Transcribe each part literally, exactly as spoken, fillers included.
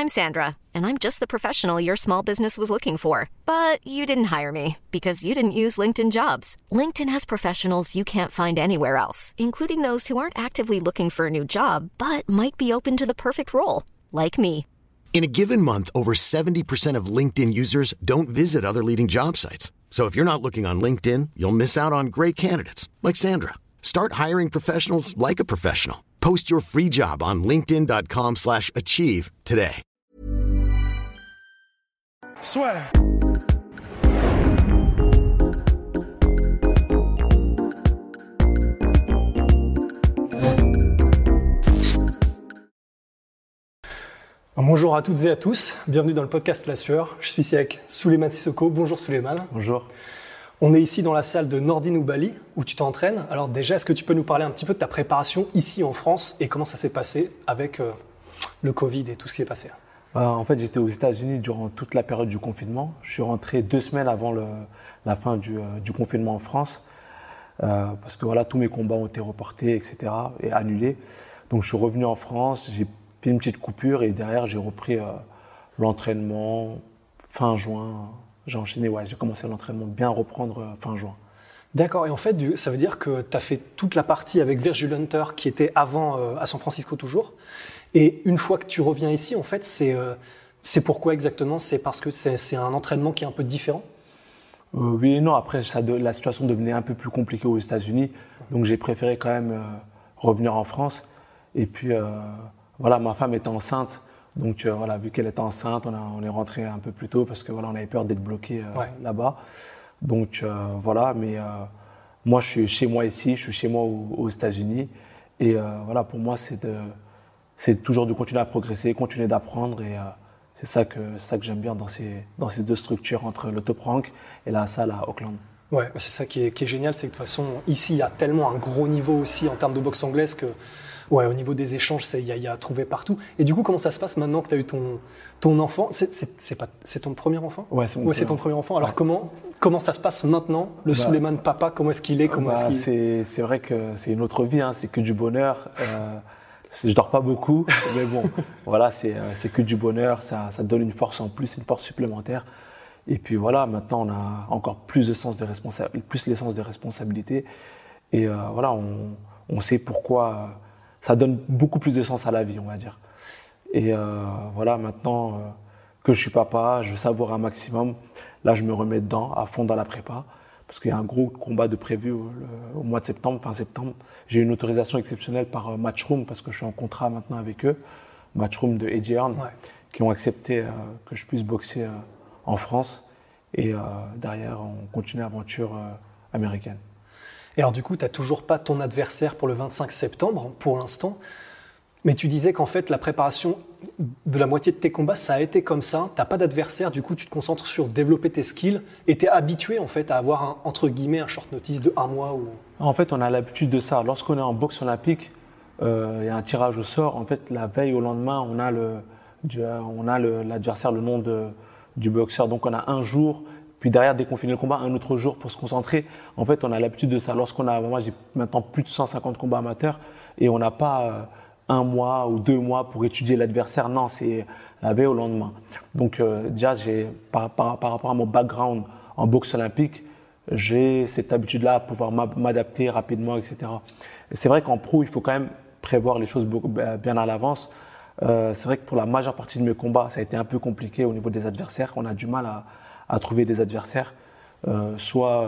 I'm Sandra, and I'm just the professional your small business was looking for. But you didn't hire me because you didn't use LinkedIn Jobs. LinkedIn has professionals you can't find anywhere else, including those who aren't actively looking for a new job, but might be open to the perfect role, like me. In a given month, over seventy percent of LinkedIn users don't visit other leading job sites. So if you're not looking on LinkedIn, you'll miss out on great candidates like Sandra. Start hiring professionals like a professional. Post your free job on linkedin.com slash achieve today. Soit. Bonjour à toutes et à tous, bienvenue dans le podcast La Sueur. Je suis ici avec Souleymane Sissoko. Bonjour Souleymane. Bonjour. On est ici dans la salle de Nordin Oubaly où tu t'entraînes. Alors déjà, est-ce que tu peux nous parler un petit peu de ta préparation ici en France et comment ça s'est passé avec euh, le Covid et tout ce qui s'est passé? euh, En fait, j'étais aux États-Unis durant toute la période du confinement. Je suis rentré deux semaines avant le, la fin du, euh, du confinement en France euh, parce que voilà, tous mes combats ont été reportés, et cetera et annulés. Donc je suis revenu en France, j'ai fait une petite coupure et derrière j'ai repris euh, l'entraînement fin juin. J'ai enchaîné, ouais, j'ai commencé l'entraînement bien reprendre euh, fin juin. D'accord, et en fait, ça veut dire que tu as fait toute la partie avec Virgil Hunter qui était avant euh, à San Francisco toujours. Et une fois que tu reviens ici, en fait, c'est, euh, c'est pourquoi exactement? C'est parce que c'est, c'est un entraînement qui est un peu différent? euh, Oui et non, après ça de, la situation devenait un peu plus compliquée aux États-Unis. Donc j'ai préféré quand même euh, revenir en France. Et puis euh, voilà, ma femme était enceinte. Donc euh, voilà, vu qu'elle était enceinte, on, a, on est rentré un peu plus tôt parce que voilà, on avait peur d'être bloqué euh, ouais. là-bas. Donc euh, voilà, mais euh, moi je suis chez moi ici, je suis chez moi aux, aux États-Unis et euh, voilà, pour moi c'est de, c'est toujours de continuer à progresser, continuer d'apprendre et euh, c'est ça que c'est ça que j'aime bien dans ces dans ces deux structures entre le Top Rank et la salle à Auckland. Ouais, c'est ça qui est qui est génial, c'est que de toute façon ici il y a tellement un gros niveau aussi en termes de boxe anglaise que ouais, au niveau des échanges, il y, y a à trouver partout. Et du coup, comment ça se passe maintenant que tu as eu ton, ton enfant? c'est, c'est, c'est, pas, c'est ton premier enfant? Ouais, c'est, mon ouais, c'est ton premier enfant. Alors ouais. comment, comment ça se passe maintenant? Le bah, Souleymane papa, comment est-ce qu'il est, comment bah, est-ce qu'il... C'est, c'est vrai que c'est une autre vie, hein, c'est que du bonheur. Euh, c'est, je dors pas beaucoup, mais bon, voilà, c'est, c'est que du bonheur, ça, ça donne une force en plus, une force supplémentaire. Et puis voilà, maintenant on a encore plus de sens de responsabilité, plus les sens de responsabilité. Et euh, voilà, on, on sait pourquoi... Ça donne beaucoup plus de sens à la vie, on va dire. Et euh, voilà, maintenant euh, que je suis papa, je savoure un maximum. Là, je me remets dedans, à fond dans la prépa, parce qu'il y a un gros combat de prévu au, le, au mois de septembre, fin septembre. J'ai une autorisation exceptionnelle par euh, Matchroom, parce que je suis en contrat maintenant avec eux, Matchroom de Eddie Hearn, ouais. qui ont accepté euh, que je puisse boxer euh, en France. Et euh, derrière, on continue l'aventure euh, américaine. Et alors du coup, tu n'as toujours pas ton adversaire pour le vingt-cinq septembre, pour l'instant. Mais tu disais qu'en fait, la préparation de la moitié de tes combats, ça a été comme ça. Tu n'as pas d'adversaire, du coup, tu te concentres sur développer tes skills. Et tu es habitué, en fait, à avoir, un, entre guillemets, un short notice de un mois ou... En fait, on a l'habitude de ça. Lorsqu'on est en boxe olympique, euh, il y a un tirage au sort. En fait, la veille au lendemain, on a, le, du, on a le, l'adversaire, le nom de, du boxeur. Donc, on a un jour... Puis derrière, dès qu'on finit le combat, un autre jour pour se concentrer. En fait, on a l'habitude de ça. Lorsqu'on a, moi, j'ai maintenant plus de cent cinquante combats amateurs et on n'a pas euh, un mois ou deux mois pour étudier l'adversaire. Non, c'est la veille au lendemain. Donc euh, déjà, j'ai, par, par, par rapport à mon background en boxe olympique, j'ai cette habitude-là à pouvoir m'adapter rapidement, et cetera. Et c'est vrai qu'en pro, il faut quand même prévoir les choses bien à l'avance. Euh, c'est vrai que pour la majeure partie de mes combats, ça a été un peu compliqué au niveau des adversaires. On a du mal à à trouver des adversaires, euh, soit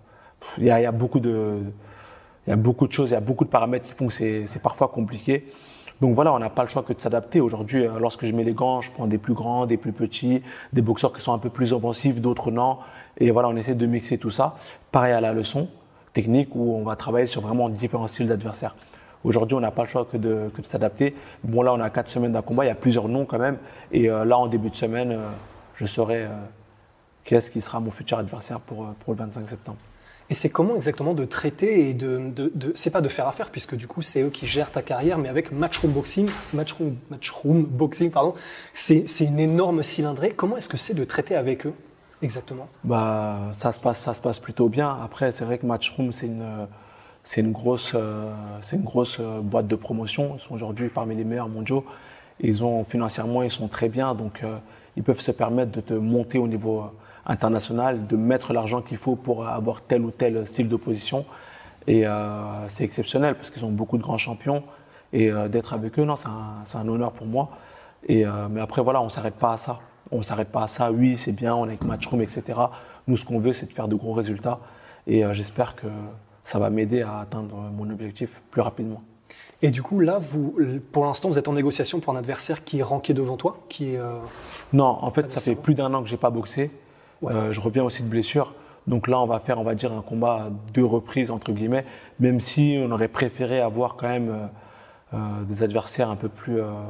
il euh, y, y a beaucoup de, il y a beaucoup de choses, il y a beaucoup de paramètres qui font que c'est, c'est parfois compliqué. Donc voilà, on n'a pas le choix que de s'adapter. Aujourd'hui, euh, lorsque je mets les gants, je prends des plus grands, des plus petits, des boxeurs qui sont un peu plus offensifs, d'autres non. Et voilà, on essaie de mixer tout ça. Pareil à la leçon technique où on va travailler sur vraiment différents styles d'adversaires. Aujourd'hui, on n'a pas le choix que de, que de s'adapter. Bon, là, on a quatre semaines d'un combat, il y a plusieurs noms quand même. Et euh, là, en début de semaine, euh, je saurai euh, qui est-ce qui sera mon futur adversaire pour, pour le vingt-cinq septembre. Et c'est comment exactement de traiter et de, de, de c'est pas de faire affaire puisque du coup c'est eux qui gèrent ta carrière, mais avec Matchroom Boxing, Matchroom, Matchroom Boxing, pardon, c'est, c'est une énorme cylindrée. Comment est-ce que c'est de traiter avec eux exactement? Bah ça se passe, ça se passe plutôt bien. Après c'est vrai que Matchroom c'est une, c'est une grosse, euh, c'est une grosse euh, boîte de promotion. Ils sont aujourd'hui parmi les meilleurs mondiaux. Ils ont financièrement, ils sont très bien, donc euh, ils peuvent se permettre de te monter au niveau euh, international, de mettre l'argent qu'il faut pour avoir tel ou tel style d'opposition. Et euh, c'est exceptionnel parce qu'ils ont beaucoup de grands champions. Et euh, d'être avec eux, non, c'est un, c'est un honneur pour moi. Et, euh, mais après, voilà, on ne s'arrête pas à ça. On ne s'arrête pas à ça. Oui, c'est bien, on est avec Matchroom, et cetera. Nous, ce qu'on veut, c'est de faire de gros résultats. Et euh, j'espère que ça va m'aider à atteindre mon objectif plus rapidement. Et du coup, là, vous, pour l'instant, vous êtes en négociation pour un adversaire qui est ranké devant toi, qui est. Euh, non, en fait, ça fait plus d'un an que j'ai pas boxé. Ouais. Euh, je reviens aussi de blessure. Donc là, on va faire, on va dire, un combat à deux reprises, entre guillemets, même si on aurait préféré avoir quand même euh, euh, des adversaires un peu plus, euh,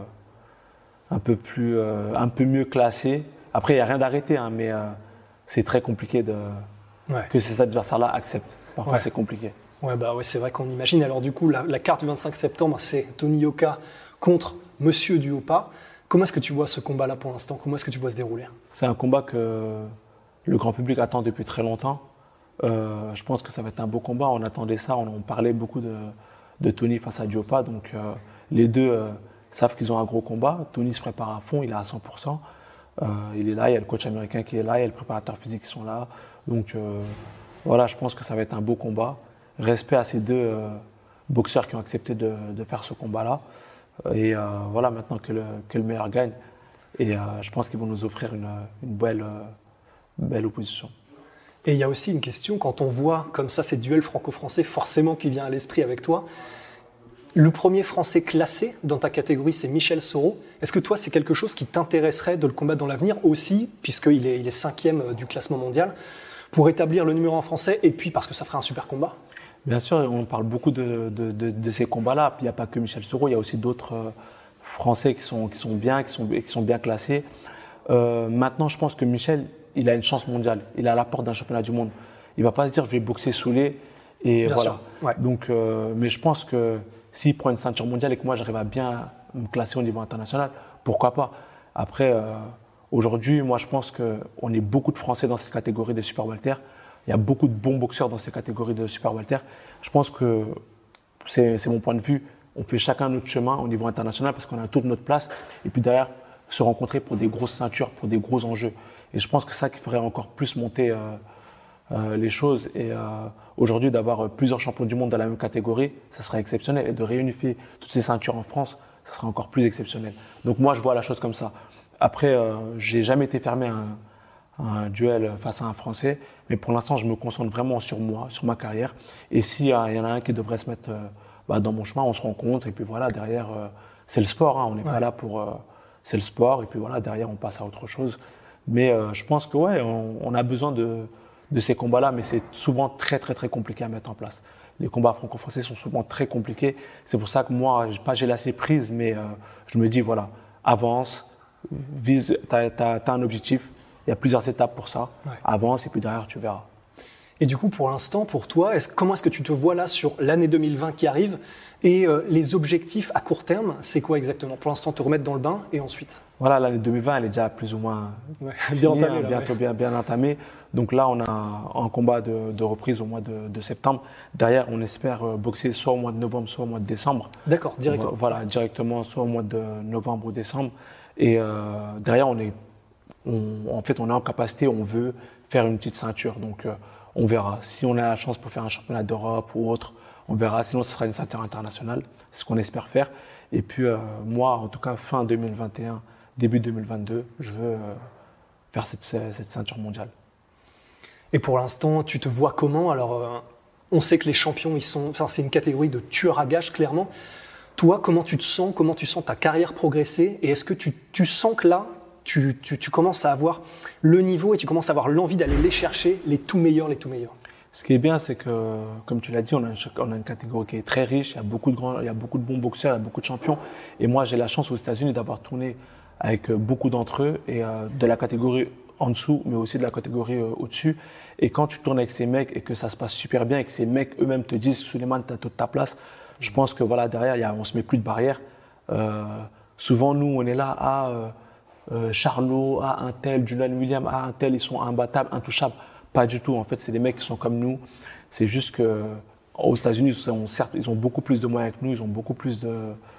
un peu plus, euh, un peu mieux classés. Après, il n'y a rien d'arrêté, hein, mais euh, c'est très compliqué de, ouais. que ces adversaires-là acceptent. Parfois, ouais. c'est compliqué. Ouais, bah ouais, c'est vrai qu'on imagine. Alors du coup, la, la carte du vingt-cinq septembre, c'est Tony Yoka contre Monsieur Duhaupas. Comment est-ce que tu vois ce combat-là pour l'instant? Comment est-ce que tu vois se dérouler? C'est un combat que le grand public attend depuis très longtemps. Euh, je pense que ça va être un beau combat. On attendait ça, on, on parlait beaucoup de, de Tony face à Duhaupas. Donc euh, les deux euh, savent qu'ils ont un gros combat. Tony se prépare à fond, il est à cent pour cent. Euh, il est là, il y a le coach américain qui est là, il y a le préparateur physique qui sont là. Donc euh, voilà, je pense que ça va être un beau combat. Respect à ces deux euh, boxeurs qui ont accepté de, de faire ce combat-là. Et euh, voilà, maintenant que le, que le meilleur gagne. Et euh, je pense qu'ils vont nous offrir une, une belle, euh, belle opposition. Et il y a aussi une question, quand on voit comme ça ces duels franco-français, forcément qui vient à l'esprit avec toi. Le premier Français classé dans ta catégorie, c'est Michel Soro. Est-ce que toi, c'est quelque chose qui t'intéresserait de le combattre dans l'avenir aussi, puisqu'il est, il est cinquième du classement mondial, pour établir le numéro un français, et puis parce que ça ferait un super combat? Bien sûr, on parle beaucoup de, de, de, de ces combats-là. Puis il n'y a pas que Michel Soro, il y a aussi d'autres euh, Français qui sont, qui sont bien, qui sont, qui sont bien classés. Euh, maintenant, je pense que Michel, il a une chance mondiale. Il est à la porte d'un championnat du monde. Il ne va pas se dire je vais boxer saoulé et bien voilà. Ouais. Donc, euh, mais je pense que s'il prend une ceinture mondiale et que moi j'arrive à bien me classer au niveau international, pourquoi pas. Après, euh, aujourd'hui, moi je pense qu'on est beaucoup de Français dans cette catégorie des super welter. Il y a beaucoup de bons boxeurs dans ces catégories de super welter. Je pense que c'est, c'est mon point de vue. On fait chacun notre chemin au niveau international parce qu'on a toute notre place. Et puis derrière, se rencontrer pour des grosses ceintures, pour des gros enjeux. Et je pense que c'est ça qui ferait encore plus monter euh, euh, les choses. Et euh, aujourd'hui, d'avoir plusieurs champions du monde dans la même catégorie, ça serait exceptionnel. Et de réunifier toutes ces ceintures en France, ça serait encore plus exceptionnel. Donc moi, je vois la chose comme ça. Après, euh, j'ai jamais été fermé à un, un duel face à un Français. Mais pour l'instant, je me concentre vraiment sur moi, sur ma carrière. Et s'il y, y en a un qui devrait se mettre euh, bah, dans mon chemin, on se rencontre. Et puis voilà, derrière, euh, c'est le sport. Hein, on n'est ouais. pas là pour... Euh, c'est le sport. Et puis voilà, derrière, on passe à autre chose. Mais euh, je pense que ouais, on, on a besoin de, de ces combats-là. Mais c'est souvent très, très, très compliqué à mettre en place. Les combats franco-français sont souvent très compliqués. C'est pour ça que moi, pas j'ai lâché prise, mais euh, je me dis, voilà, avance, vise, t'as, t'as, t'as un objectif. Il y a plusieurs étapes pour ça. Ouais. Avance et puis derrière, tu verras. Et du coup, pour l'instant, pour toi, est-ce, comment est-ce que tu te vois là sur l'année deux mille vingt qui arrive et euh, les objectifs à court terme, c'est quoi exactement? Pour l'instant, te remettre dans le bain et ensuite? Voilà, l'année deux mille vingt, elle est déjà plus ou moins ouais, bien finie, entamée. Hein, bientôt ouais. bien, bien entamée. Donc là, on a un combat de, de reprise au mois de, de septembre. Derrière, on espère boxer soit au mois de novembre, soit au mois de décembre. D'accord, directement. Voilà, directement, soit au mois de novembre ou décembre. Et euh, derrière, on est On, en fait, on est en capacité, on veut faire une petite ceinture. Donc, euh, on verra. Si on a la chance pour faire un championnat d'Europe ou autre, on verra. Sinon, ce sera une ceinture internationale. C'est ce qu'on espère faire. Et puis, euh, moi, en tout cas, fin deux mille vingt et un, début deux mille vingt-deux, je veux euh, faire cette, cette ceinture mondiale. Et pour l'instant, tu te vois comment? Alors, euh, on sait que les champions, ils sont, enfin, c'est une catégorie de tueurs à gages, clairement. Toi, comment tu te sens? Comment tu sens ta carrière progresser? Et est-ce que tu, tu sens que là, Tu, tu, tu commences à avoir le niveau et tu commences à avoir l'envie d'aller les chercher, les tout meilleurs, les tout meilleurs? Ce qui est bien, c'est que, comme tu l'as dit, on a, une, on a une catégorie qui est très riche. Il y a beaucoup de grands, il y a beaucoup de bons boxeurs, il y a beaucoup de champions. Et moi, j'ai la chance aux États-Unis d'avoir tourné avec beaucoup d'entre eux et euh, de la catégorie en dessous, mais aussi de la catégorie euh, au-dessus. Et quand tu tournes avec ces mecs et que ça se passe super bien et que ces mecs eux-mêmes te disent, Souleymane, t'as toute ta place, je pense que voilà, derrière, il y a, on se met plus de barrières. Euh, souvent, nous, on est là à euh, Euh, Charlot, à un tel, Julian Williams, à un tel, ils sont imbattables, intouchables. Pas du tout. En fait, c'est des mecs qui sont comme nous. C'est juste que aux États-Unis, ils ont, certes, ils ont beaucoup plus de moyens que nous, ils ont beaucoup plus de,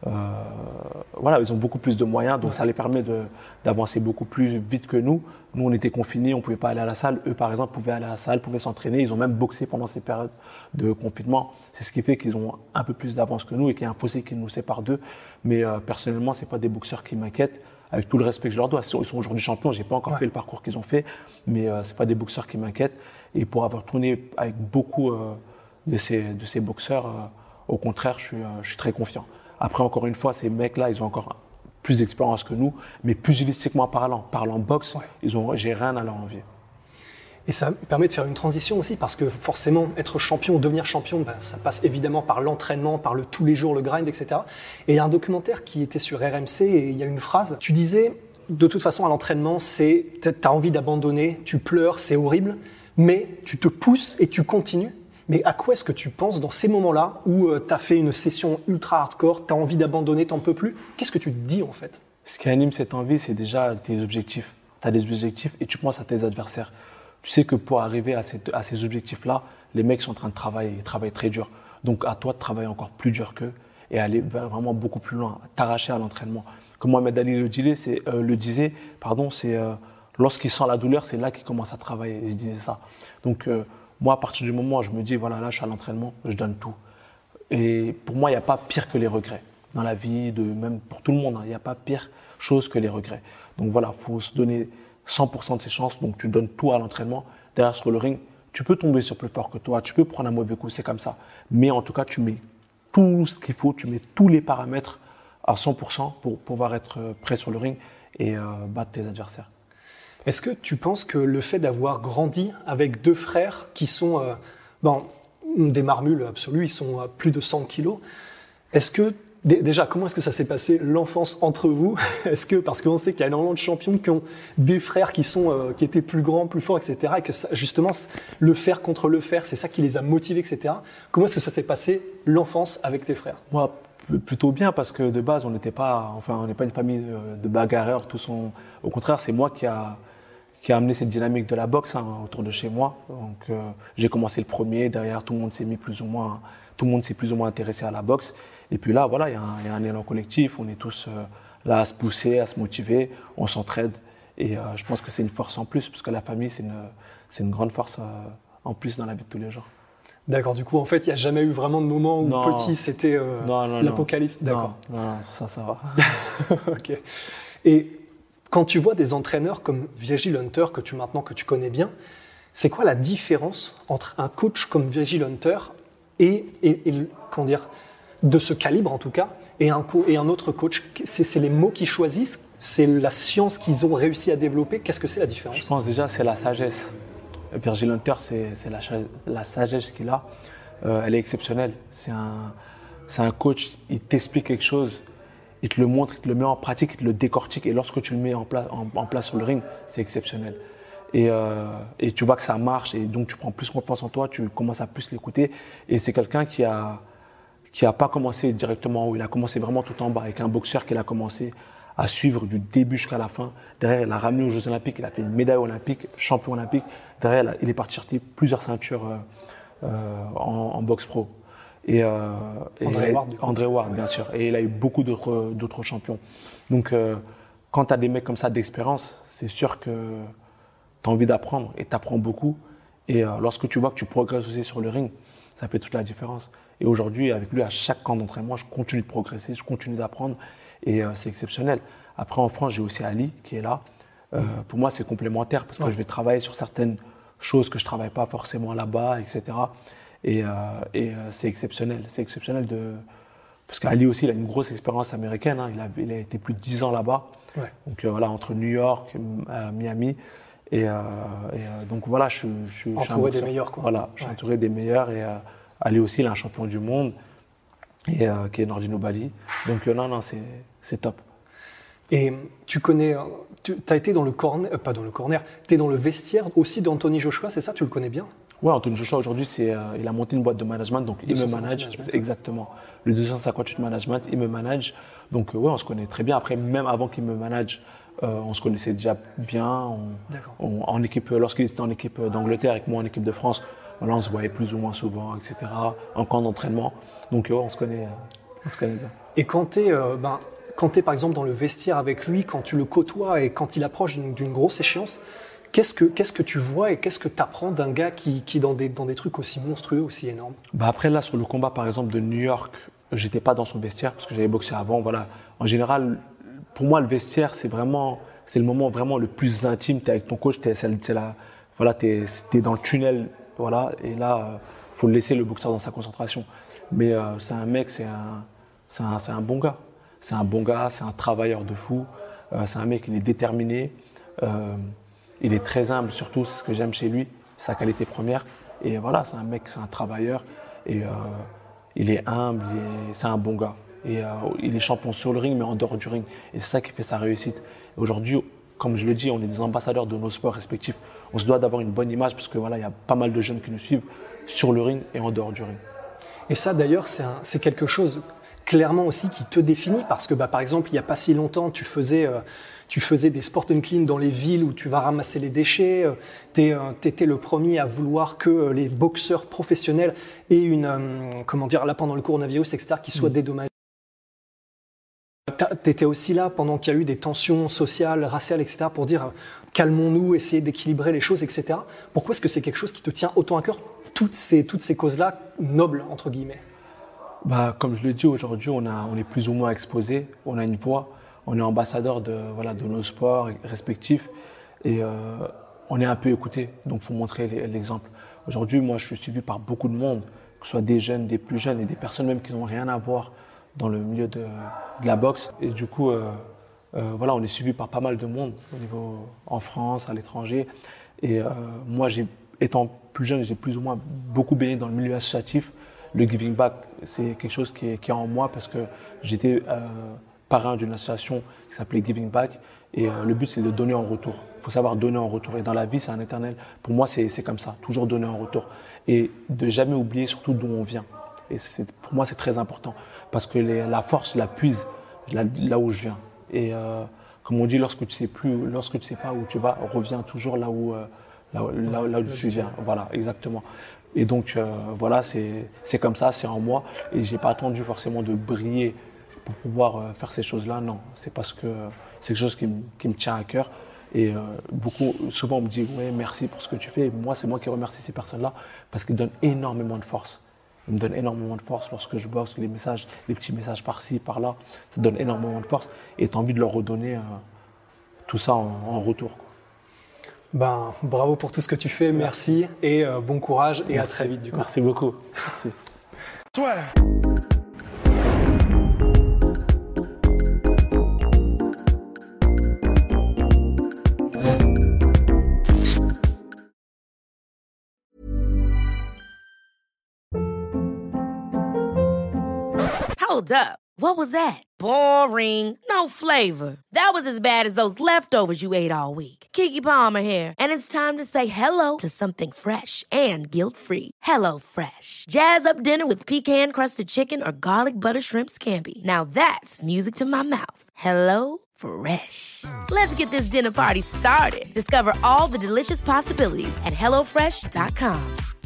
euh, voilà, ils ont beaucoup plus de moyens, donc ça les permet de, d'avancer beaucoup plus vite que nous. Nous, on était confinés, on ne pouvait pas aller à la salle. Eux, par exemple, pouvaient aller à la salle, pouvaient s'entraîner. Ils ont même boxé pendant ces périodes de confinement. C'est ce qui fait qu'ils ont un peu plus d'avance que nous et qu'il y a un fossé qui nous sépare d'eux. Mais euh, personnellement, c'est pas des boxeurs qui m'inquiètent, avec tout le respect que je leur dois. Ils sont, ils sont aujourd'hui champions. J'ai pas encore ouais. fait le parcours qu'ils ont fait, mais euh, c'est pas des boxeurs qui m'inquiètent. Et pour avoir tourné avec beaucoup euh, de ces de ces boxeurs, euh, au contraire, je suis euh, je suis très confiant. Après, encore une fois, ces mecs-là, ils ont encore plus d'expérience que nous, mais pugilistiquement parlant, parlant boxe, ouais. ils ont, j'ai rien à leur envier. Et ça permet de faire une transition aussi, parce que forcément, être champion, devenir champion, ben, ça passe évidemment par l'entraînement, par le tous les jours, le grind, et cetera. Et il y a un documentaire qui était sur R M C, et il y a une phrase, tu disais, de toute façon, à l'entraînement, c'est, t'as envie d'abandonner, tu pleures, c'est horrible, mais tu te pousses et tu continues. Mais à quoi est-ce que tu penses dans ces moments-là où euh, tu as fait une session ultra hardcore, tu as envie d'abandonner, t'en peux plus? Qu'est-ce que tu te dis en fait? Ce qui anime cette envie, c'est déjà tes objectifs. Tu as des objectifs et tu penses à tes adversaires. Tu sais que pour arriver à, cette, à ces objectifs-là, les mecs sont en train de travailler, ils travaillent très dur. Donc à toi de travailler encore plus dur qu'eux et aller vraiment beaucoup plus loin, t'arracher à l'entraînement. Comme Mohamed Ali le disait, c'est, euh, le disait pardon, c'est euh, lorsqu'il sent la douleur, c'est là qu'il commence à travailler. Il se disait ça. Donc euh, moi, à partir du moment où je me dis, voilà, là, je suis à l'entraînement, je donne tout. Et pour moi, il n'y a pas pire que les regrets. Dans la vie, de, même pour tout le monde, il hein, n'y a pas pire chose que les regrets. Donc voilà, il faut se donner cent pour cent de ses chances. Donc tu donnes tout à l'entraînement. Derrière, sur le ring, tu peux tomber sur plus fort que toi, tu peux prendre un mauvais coup, c'est comme ça. Mais en tout cas, tu mets tout ce qu'il faut, tu mets tous les paramètres à cent pour cent pour pouvoir être prêt sur le ring et euh, battre tes adversaires. Est-ce que tu penses que le fait d'avoir grandi avec deux frères qui sont euh, bon, des marmules absolues, ils sont à plus de cent kilos, est-ce que, déjà, comment est-ce que ça s'est passé l'enfance entre vous? Est-ce que, parce qu'on sait qu'il y a énormément de champions qui ont des frères qui, sont, euh, qui étaient plus grands, plus forts, et cetera, et que ça, justement, le fer contre le fer, c'est ça qui les a motivés, et cetera. Comment est-ce que ça s'est passé l'enfance avec tes frères? Moi, plutôt bien, parce que de base, on n'était pas, enfin, on n'est pas une famille de bagarreurs, tous sont, au contraire, c'est moi qui a qui a amené cette dynamique de la boxe hein, autour de chez moi. Donc euh, j'ai commencé le premier, derrière tout le monde s'est mis plus ou moins, tout le monde s'est plus ou moins intéressé à la boxe. Et puis là, voilà, il y, y a un élan collectif, on est tous euh, là à se pousser, à se motiver, on s'entraide. Et euh, je pense que c'est une force en plus, parce que la famille, c'est une, c'est une grande force euh, en plus dans la vie de tous les jours. D'accord, du coup, en fait, il n'y a jamais eu vraiment de moment où non. petit, c'était euh, l'apocalypse. D'accord. Non, non, ça, ça va. Ok. Et quand tu vois des entraîneurs comme Virgil Hunter, que tu maintenant que tu connais bien, c'est quoi la différence entre un coach comme Virgil Hunter et, et, et comment dire, de ce calibre en tout cas, et un, co- et un autre coach? c'est, c'est les mots qu'ils choisissent, c'est la science qu'ils ont réussi à développer. Qu'est-ce que c'est la différence? Je pense déjà c'est la sagesse. Virgil Hunter, c'est, c'est la, la sagesse qu'il a. Euh, elle est exceptionnelle. C'est un, c'est un coach, il t'explique quelque chose. Il te le montre, il te le met en pratique, il te le décortique. Et lorsque tu le mets en place, en, en place sur le ring, c'est exceptionnel. Et, euh, et tu vois que ça marche. Et donc, tu prends plus confiance en toi, tu commences à plus l'écouter. Et c'est quelqu'un qui a, qui a pas commencé directement en haut. Il a commencé vraiment tout en bas. Avec un boxeur qu'il a commencé à suivre du début jusqu'à la fin. Derrière, il a ramené aux Jeux Olympiques. Il a fait une médaille olympique, champion olympique. Derrière, il est parti chercher plusieurs ceintures euh, euh, en, en boxe pro. Et, euh, et André Ward. André Ward, bien sûr. Et il a eu beaucoup d'autres, d'autres champions. Donc, euh, quand tu as des mecs comme ça d'expérience, c'est sûr que tu as envie d'apprendre et tu apprends beaucoup. Et euh, lorsque tu vois que tu progresses aussi sur le ring, ça fait toute la différence. Et aujourd'hui, avec lui, à chaque camp d'entraînement, je continue de progresser, je continue d'apprendre. Et euh, c'est exceptionnel. Après, en France, j'ai aussi Ali qui est là. Euh, pour moi, c'est complémentaire parce que ouais. je vais travailler sur certaines choses que je ne travaille pas forcément là-bas, et cetera. Et, euh, et euh, c'est exceptionnel. C'est exceptionnel de... Parce qu'Ali aussi, il a une grosse expérience américaine. Hein. Il, a, il a été plus de dix ans là-bas. Ouais. Donc euh, voilà, entre New York, euh, Miami. Et, euh, et euh, donc voilà, je, je, je suis entouré des meilleurs. Quoi. Voilà, je suis ouais. entouré des meilleurs. Et euh, Ali aussi, il est un champion du monde. Et euh, qui est Nordine Obali. Donc euh, non, non, c'est, c'est top. Et tu connais... Tu as été dans le corner... Euh, pas dans le corner. Tu es dans le vestiaire aussi d'Anthony Joshua, c'est ça? Tu le connais bien? Oui, Anthony Joshua, aujourd'hui, c'est, euh, il a monté une boîte de management, donc il me manage. Exactement. Le deux cent cinquante-huit management, il me manage. Donc, euh, oui, on se connaît très bien. Après, même avant qu'il me manage, euh, on se connaissait déjà bien. On, on, en équipe, lorsqu'il était en équipe d'Angleterre avec moi en équipe de France, voilà, on se voyait plus ou moins souvent, et cetera. En camp d'entraînement. Donc, ouais, on se connaît. Euh, On se connaît bien. Et quand tu es, euh, ben, quand tu es par exemple dans le vestiaire avec lui, quand tu le côtoies et quand il approche d'une, d'une grosse échéance, qu'est-ce que, qu'est-ce que tu vois et qu'est-ce que tu apprends d'un gars qui, qui est dans des, dans des trucs aussi monstrueux, aussi énormes? Bah après là, sur le combat par exemple de New York, j'étais pas dans son vestiaire parce que j'avais boxé avant. Voilà. En général, pour moi, le vestiaire, c'est vraiment, c'est le moment vraiment le plus intime. Tu es avec ton coach, tu es, c'est, c'est la, voilà, t'es, t'es dans le tunnel, voilà, et là, euh, faut laisser le boxeur dans sa concentration. Mais euh, c'est un mec, c'est un, c'est un, c'est un bon gars. C'est un bon gars, c'est un travailleur de fou. Euh, c'est un mec, il est déterminé. Euh, il est très humble, surtout, c'est ce que j'aime chez lui, sa qualité première. Et voilà, c'est un mec, c'est un travailleur. Et euh, il est humble, il est, c'est un bon gars. Et euh, il est champion sur le ring, mais en dehors du ring. Et c'est ça qui fait sa réussite. Et aujourd'hui, comme je le dis, on est des ambassadeurs de nos sports respectifs. On se doit d'avoir une bonne image parce que voilà, il y a pas mal de jeunes qui nous suivent sur le ring et en dehors du ring. Et ça, d'ailleurs, c'est, un, c'est quelque chose clairement aussi qui te définit parce que, bah, par exemple, il n'y a pas si longtemps, tu faisais, euh, tu faisais des sport and clean dans les villes où tu vas ramasser les déchets. Euh, tu euh, étais le premier à vouloir que euh, les boxeurs professionnels aient une, euh, comment dire, là pendant le coronavirus, et cetera, qui soient mmh. dédommagés. Tu étais aussi là pendant qu'il y a eu des tensions sociales, raciales, et cetera, pour dire euh, calmons-nous, essayez d'équilibrer les choses, et cetera. Pourquoi est-ce que c'est quelque chose qui te tient autant à cœur, toutes ces, toutes ces causes-là nobles, entre guillemets? Bah, comme je le dis, aujourd'hui, on, a, on est plus ou moins exposé, on a une voix, on est ambassadeur de, voilà, de nos sports respectifs et euh, on est un peu écouté, donc il faut montrer l'exemple. Aujourd'hui, moi, je suis suivi par beaucoup de monde, que ce soit des jeunes, des plus jeunes et des personnes même qui n'ont rien à voir dans le milieu de, de la boxe. Et du coup, euh, euh, voilà, on est suivi par pas mal de monde au niveau en France, à l'étranger. Et euh, moi, j'ai, étant plus jeune, j'ai plus ou moins beaucoup baigné dans le milieu associatif. Le giving back, c'est quelque chose qui est, qui est en moi parce que j'étais euh, parrain d'une association qui s'appelait Giving Back. Et euh, le but, c'est de donner en retour. Il faut savoir donner en retour. Et dans la vie, c'est un éternel. Pour moi, c'est, c'est comme ça, toujours donner en retour. Et de jamais oublier surtout d'où on vient. Et c'est, pour moi, c'est très important. Parce que les, la force, je la puise là, là où je viens. Et euh, comme on dit, lorsque tu sais plus, lorsque tu sais pas où tu vas, reviens toujours là où, euh, là, là, là où tu viens. Voilà, exactement. Et donc, euh, voilà, c'est, c'est comme ça, c'est en moi. Et j'ai pas attendu forcément de briller pour pouvoir euh, faire ces choses-là. Non, c'est parce que euh, c'est quelque chose qui, m- qui me tient à cœur. Et euh, beaucoup, souvent, on me dit, ouais, merci pour ce que tu fais. Et moi, c'est moi qui remercie ces personnes-là parce qu'ils donnent énormément de force. Ils me donnent énormément de force lorsque je boxe, les messages, les petits messages par-ci, par-là. Ça donne énormément de force. Et tu as envie de leur redonner euh, tout ça en, en retour, quoi. Ben, bravo pour tout ce que tu fais, merci, merci et euh, bon courage et merci. À très vite du coup. Merci beaucoup. Merci. Hold up. What was that? Boring. No flavor. That was as bad as those leftovers you ate all week. Keke Palmer here, and it's time to say hello to something fresh and guilt-free. Hello Fresh. Jazz up dinner with pecan-crusted chicken or garlic butter shrimp scampi. Now that's music to my mouth. Hello Fresh. Let's get this dinner party started. Discover all the delicious possibilities at hello fresh dot com.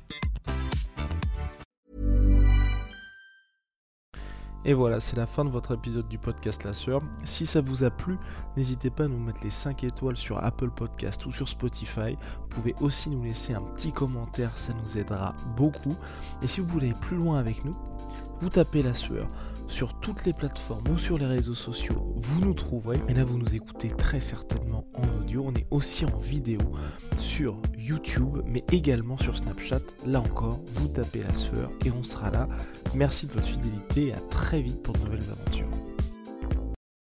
Et voilà, c'est la fin de votre épisode du podcast La Sueur. Si ça vous a plu, n'hésitez pas à nous mettre les cinq étoiles sur Apple Podcast ou sur Spotify. Vous pouvez aussi nous laisser un petit commentaire, ça nous aidera beaucoup. Et si vous voulez aller plus loin avec nous, vous tapez La Sueur sur toutes les plateformes ou sur les réseaux sociaux, vous nous trouverez. Et là, vous nous écoutez très certainement en audio. On est aussi en vidéo sur YouTube, mais également sur Snapchat. Là encore, vous tapez La Sueur et on sera là. Merci de votre fidélité et à très vite pour de nouvelles aventures.